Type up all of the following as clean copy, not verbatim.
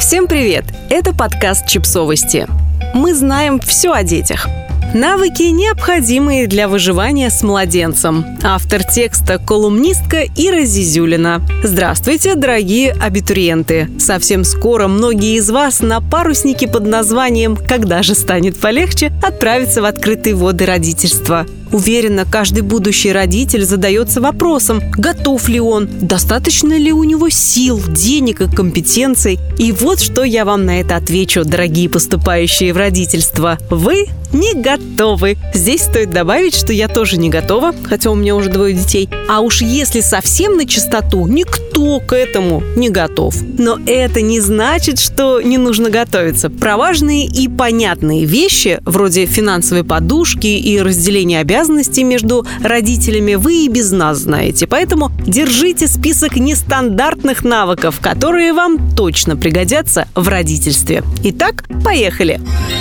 Всем привет! Это подкаст «Чипсовости». Мы знаем все о детях. Навыки, необходимые для выживания с младенцем. Автор текста – колумнистка Ира Зизюлина. Здравствуйте, дорогие абитуриенты! Совсем скоро многие из вас на паруснике под названием «Когда же станет полегче» отправятся в открытые воды родительства. Уверена, каждый будущий родитель задается вопросом, готов ли он, достаточно ли у него сил, денег и компетенций. И вот что я вам на это отвечу, дорогие поступающие в родительство. Вы не готовы. Здесь стоит добавить, что я тоже не готова, хотя у меня уже 2 детей. А уж если совсем на чистоту, никто к этому не готов. Но это не значит, что не нужно готовиться. Про важные и понятные вещи, вроде финансовой подушки и разделения обязанностей между родителями, вы и без нас знаете. Поэтому держите список нестандартных навыков, которые вам точно пригодятся в родительстве. Итак, поехали!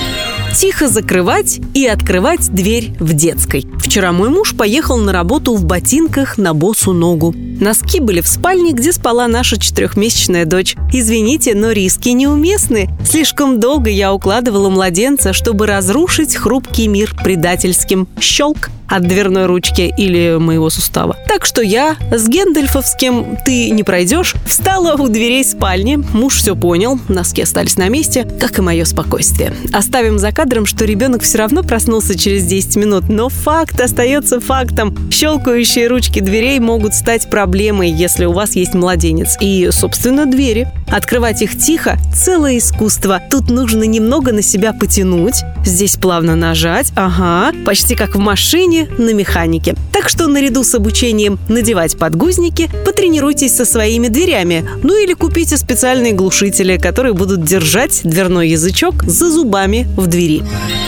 Тихо закрывать и открывать дверь в детской. Вчера мой муж поехал на работу в ботинках на босу ногу. Носки были в спальне, где спала наша 4-месячная дочь. Извините, но риски неуместны. Слишком долго я укладывала младенца, чтобы разрушить хрупкий мир предательским щелк от дверной ручки или моего сустава. Так что я с гендальфовским «ты не пройдешь» встала у дверей спальни. Муж все понял, носки остались на месте, как и мое спокойствие. Оставим за кадром, что ребенок все равно проснулся через 10 минут, но факт остается фактом. Щелкающие ручки дверей могут стать проблемой, если у вас есть младенец. И, собственно, двери. Открывать их тихо – целое искусство. Тут нужно немного на себя потянуть. Здесь плавно нажать. Ага, почти как в машине на механике. Так что наряду с обучением надевать подгузники, потренируйтесь со своими дверями. Ну или купите специальные глушители, которые будут держать дверной язычок за зубами в двери.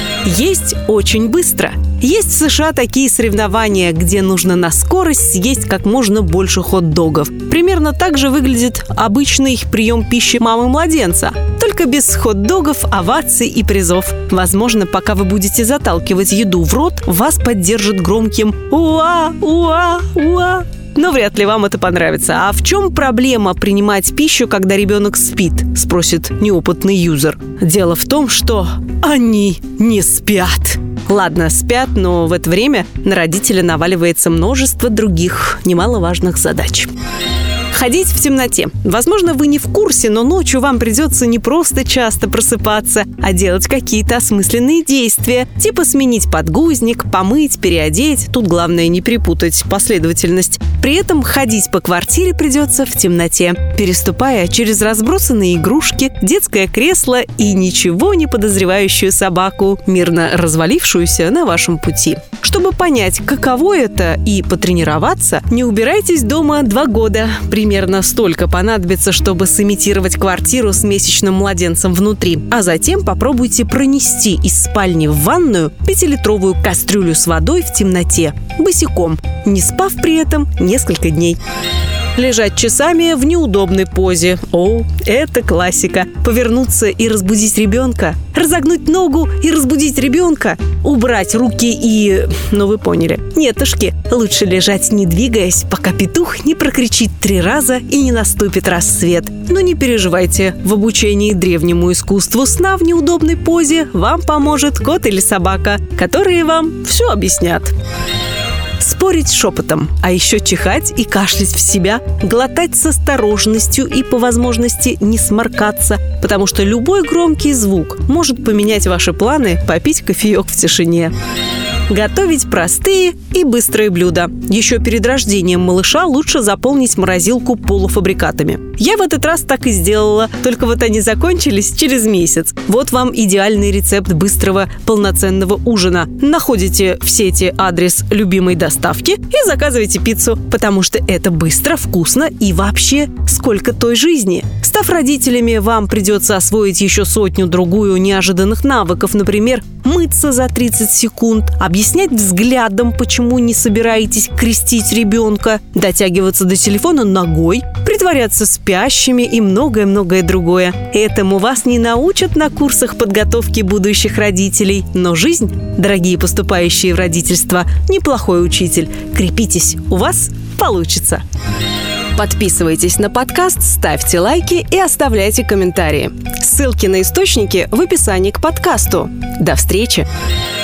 Есть очень быстро. Есть в США такие соревнования, где нужно на скорость съесть как можно больше хот-догов. Примерно так же выглядит обычный прием пищи мамы-младенца. Только без хот-догов, оваций и призов. Возможно, пока вы будете заталкивать еду в рот, вас поддержат громким «Уа! Уа! Уа!». Но вряд ли вам это понравится. А в чем проблема принимать пищу, когда ребенок спит? Спросит неопытный юзер. Дело в том, что они не спят. Ладно, спят, но в это время на родителя наваливается множество других немаловажных задач. Ходить в темноте. Возможно, вы не в курсе, но ночью вам придется не просто часто просыпаться, а делать какие-то осмысленные действия. Типа сменить подгузник, помыть, переодеть. Тут главное не перепутать последовательность. При этом ходить по квартире придется в темноте, переступая через разбросанные игрушки, детское кресло и ничего не подозревающую собаку, мирно развалившуюся на вашем пути. Чтобы понять, каково это и потренироваться, не убирайтесь дома 2 года. Примерно столько понадобится, чтобы сымитировать квартиру с месячным младенцем внутри. А затем попробуйте пронести из спальни в ванную 5-литровую кастрюлю с водой в темноте, босиком, не спав при этом несколько дней. Лежать часами в неудобной позе. О, это классика. Повернуться и разбудить ребенка. Разогнуть ногу и разбудить ребенка. Убрать руки и... Ну, вы поняли. Нетушки. Лучше лежать, не двигаясь, пока петух не прокричит 3 раза и не наступит рассвет. Но не переживайте. В обучении древнему искусству сна в неудобной позе вам поможет кот или собака, которые вам все объяснят. Спорить шепотом, а еще чихать и кашлять в себя, глотать с осторожностью и по возможности не сморкаться, потому что любой громкий звук может поменять ваши планы попить кофеек в тишине. Готовить простые и быстрые блюда. Еще перед рождением малыша лучше заполнить морозилку полуфабрикатами. Я в этот раз так и сделала, только вот они закончились через месяц. Вот вам идеальный рецепт быстрого полноценного ужина. Находите в сети адрес любимой доставки и заказывайте пиццу, потому что это быстро, вкусно и вообще сколько той жизни. Став родителями, вам придется освоить еще 100-другую неожиданных навыков, например, мыться за 30 секунд, объяснять взглядом, почему не собираетесь крестить ребенка, дотягиваться до телефона ногой, притворяться спящими и многое-многое другое. Этому вас не научат на курсах подготовки будущих родителей, но жизнь, дорогие поступающие в родительство, неплохой учитель. Крепитесь, у вас получится. Подписывайтесь на подкаст, ставьте лайки и оставляйте комментарии. Ссылки на источники в описании к подкасту. До встречи!